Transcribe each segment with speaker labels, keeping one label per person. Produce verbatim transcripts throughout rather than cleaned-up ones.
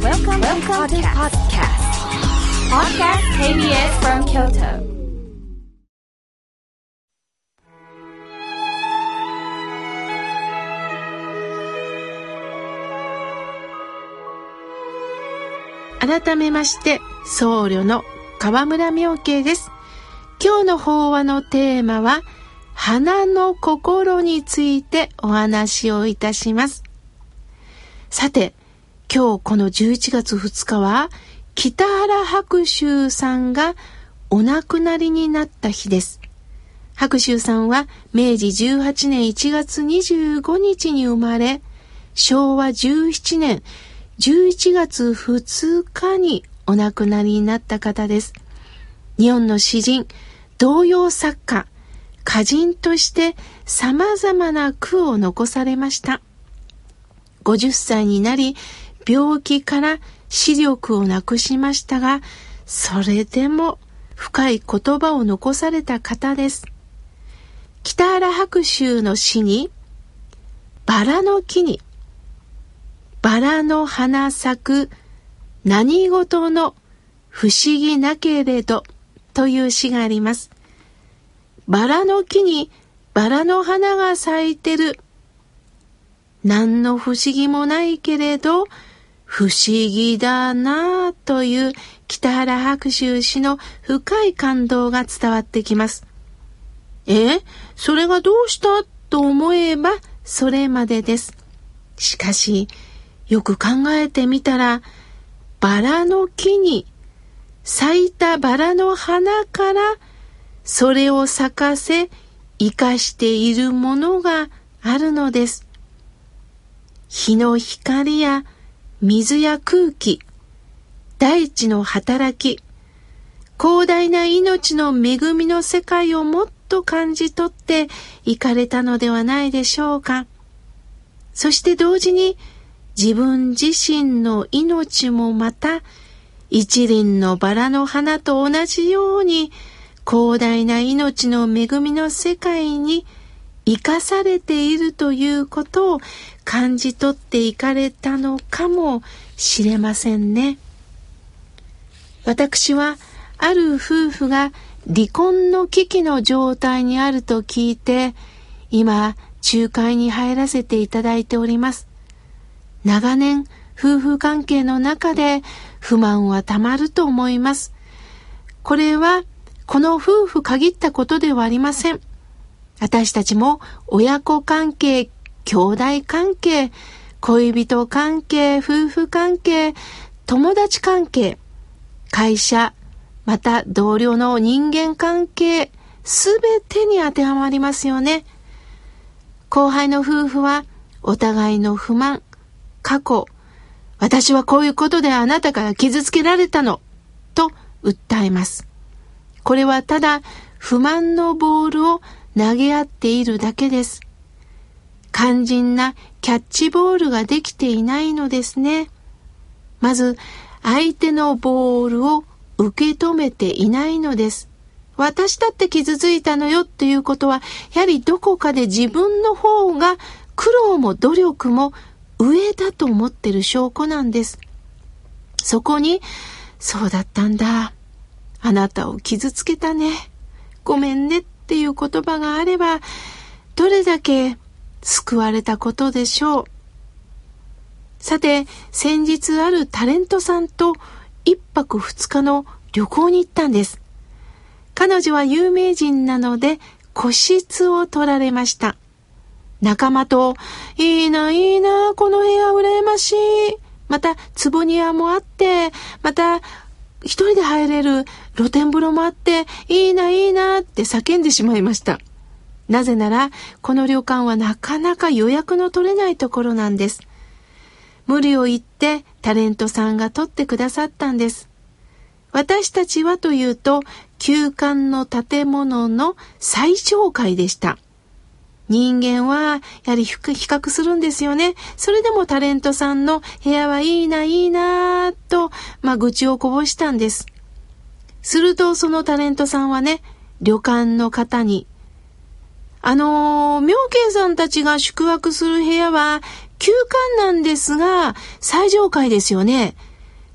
Speaker 1: Welcome, Welcome to podcast. Podcast ケービーエス from Kyoto.
Speaker 2: 改めまして僧侶の河村妙慶です。今日の法話のテーマは花の心についてお話をいたします。さて、今日このじゅういちがつふつかは北原白秋さんがお亡くなりになった日です。白秋さんはめいじじゅうはちねんいちがつにじゅうごにちに生まれ、しょうわじゅうななねんじゅういちがつふつかにお亡くなりになった方です。日本の詩人、童謡作家、歌人として様々な句を残されました。ごじゅっさいになり、病気から視力をなくしましたが、それでも深い言葉を残された方です。北原白秋の詩に、バラの木に、バラの花咲く何事の不思議なけれどという詩があります。バラの木にバラの花が咲いてる。何の不思議もないけれど不思議だなという北原白秋氏の深い感動が伝わってきます。え、それがどうしたと思えばそれまでです。しかしよく考えてみたら、バラの木に咲いたバラの花からそれを咲かせ生かしているものがあるのです。日の光や水や空気、大地の働き、広大な命の恵みの世界をもっと感じ取っていかれたのではないでしょうか。そして同時に自分自身の命もまた一輪のバラの花と同じように広大な命の恵みの世界に生かされているということを感じ取っていかれたのかもしれませんね。私はある夫婦が離婚の危機の状態にあると聞いて、今仲介に入らせていただいております。長年夫婦関係の中で不満はたまると思います。これはこの夫婦限ったことではありません。私たちも親子関係、兄弟関係、恋人関係、夫婦関係、友達関係、会社、また同僚の人間関係、すべてに当てはまりますよね。後輩の夫婦はお互いの不満、過去、私はこういうことであなたから傷つけられたの、と訴えます。これはただ不満のボールを投げ合っているだけです。肝心なキャッチボールができていないのですね。まず相手のボールを受け止めていないのです。私だって傷ついたのよっていうことは、やはりどこかで自分の方が苦労も努力も上だと思ってる証拠なんです。そこに、そうだったんだ。あなたを傷つけたね。ごめんねっていう言葉があれば、どれだけ救われたことでしょう。さて、先日あるタレントさんと一泊二日の旅行に行ったんです。彼女は有名人なので個室を取られました。仲間と、いいないいな、この部屋羨ましい。また、坪庭もあって、また、一人で入れる露天風呂もあって、いいないいなって叫んでしまいました。なぜなら、この旅館はなかなか予約の取れないところなんです。無理を言ってタレントさんが取ってくださったんです。私たちはというと、旧館の建物の最上階でした。人間はやはり比較するんですよね。それでもタレントさんの部屋はいいないいなと、まあ、愚痴をこぼしたんです。するとそのタレントさんはね、旅館の方に、あのー、妙慶さんたちが宿泊する部屋は旧館なんですが最上階ですよね。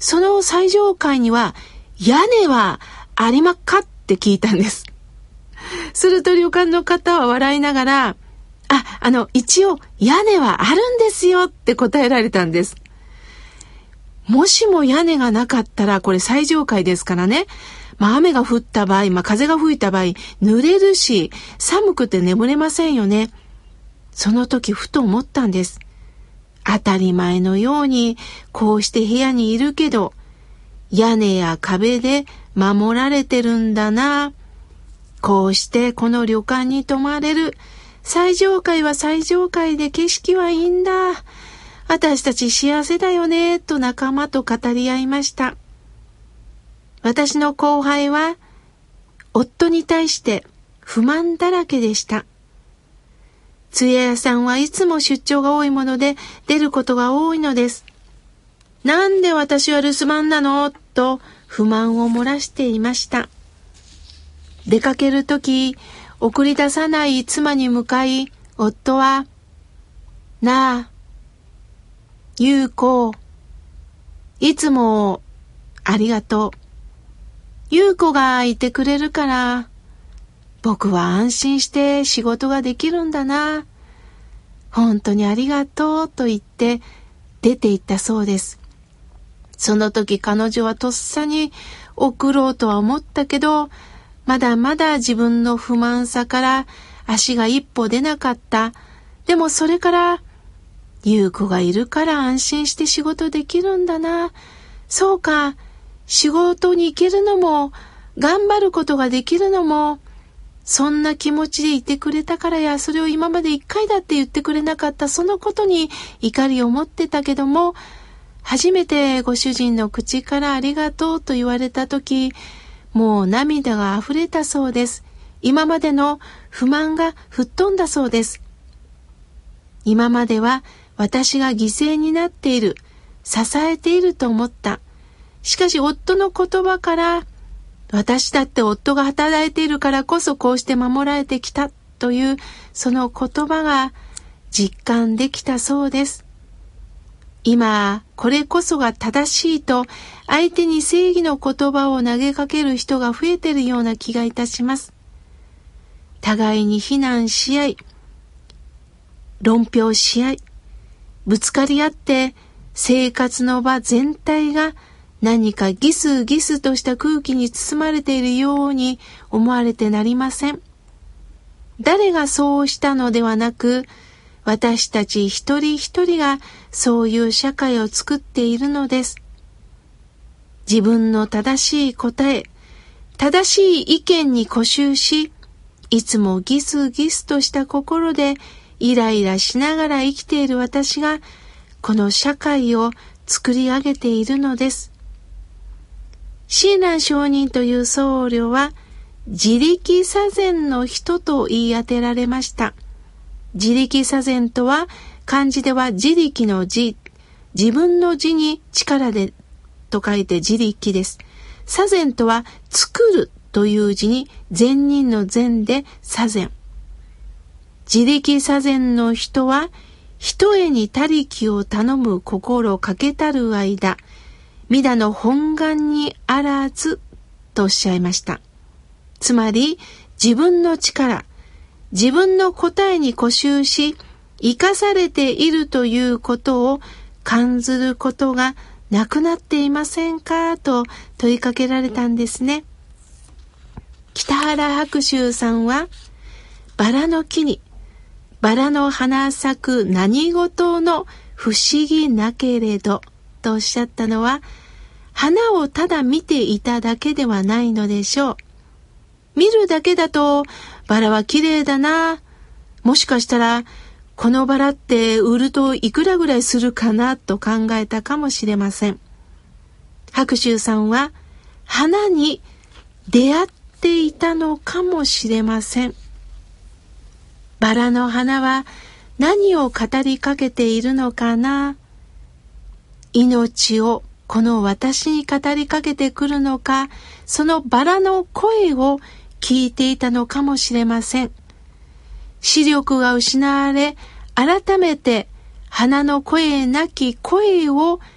Speaker 2: その最上階には屋根はありまっかって聞いたんです。すると旅館の方は笑いながら、あ、あの、一応屋根はあるんですよって答えられたんです。もしも屋根がなかったら、これ最上階ですからね。まあ雨が降った場合、まあ風が吹いた場合、濡れるし、寒くて眠れませんよね。その時ふと思ったんです。当たり前のように、こうして部屋にいるけど、屋根や壁で守られてるんだな。こうしてこの旅館に泊まれる。最上階は最上階で景色はいいんだ。私たち幸せだよね、と仲間と語り合いました。私の後輩は、夫に対して不満だらけでした。つや屋さんはいつも出張が多いもので出ることが多いのです。なんで私は留守番なのと不満を漏らしていました。出かけるとき、送り出さない妻に向かい、夫は、なあ、ゆうこ、いつもありがとう。ゆうこがいてくれるから、僕は安心して仕事ができるんだな。本当にありがとうと言って出て行ったそうです。その時彼女はとっさに送ろうとは思ったけど、まだまだ自分の不満さから足が一歩出なかった。でもそれから、ゆう子がいるから安心して仕事できるんだな。そうか、仕事に行けるのも、頑張ることができるのも、そんな気持ちでいてくれたからや、それを今まで一回だって言ってくれなかったそのことに怒りを持ってたけども、初めてご主人の口からありがとうと言われたとき、もう涙が溢れたそうです。今までの不満が吹っ飛んだそうです。今までは私が犠牲になっている、支えていると思った。しかし夫の言葉から、私だって夫が働いているからこそこうして守られてきたというその言葉が実感できたそうです。今これこそが正しいと相手に正義の言葉を投げかける人が増えているような気がいたします。互いに非難し合い、論評し合い、ぶつかり合って生活の場全体が何かギスギスとした空気に包まれているように思われてなりません。誰がそうしたのではなく、私たち一人一人がそういう社会を作っているのです。自分の正しい答え、正しい意見に固執し、いつもギスギスとした心でイライラしながら生きている私が、この社会を作り上げているのです。親鸞上人という僧侶は自力作善の人と言い当てられました。自力作善とは漢字では自力の自、自分の自に力でと書いて自力です。作善とは作るという字に善人の善で作善。自力作善の人は一重に他力を頼む心かけたる間、皆の本願にあらずとおっしゃいました。つまり自分の力、自分の答えに固執し生かされているということを感ずることがなくなっていませんかと問いかけられたんですね。北原白秋さんは、バラの木にバラの花咲く何事の不思議なけれどとおっしゃったのは、花をただ見ていただけではないのでしょう。見るだけだとバラは綺麗だな、もしかしたらこのバラって売るといくらぐらいするかなと考えたかもしれません。白秋さんは花に出会っていたのかもしれません。バラの花は何を語りかけているのかな。命をこの私に語りかけてくるのか、そのバラの声を聞いていたのかもしれません。視力が失われ、改めて花の声なき声を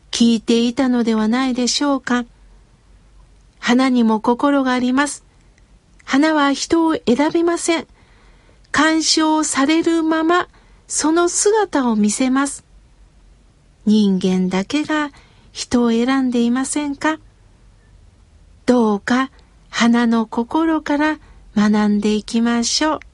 Speaker 2: 聞いていたのではないでしょうか。花にも心があります。花は人を選びません。鑑賞されるままその姿を見せます。人間だけが人を選んでいませんか。どうか花の心から学んでいきましょう。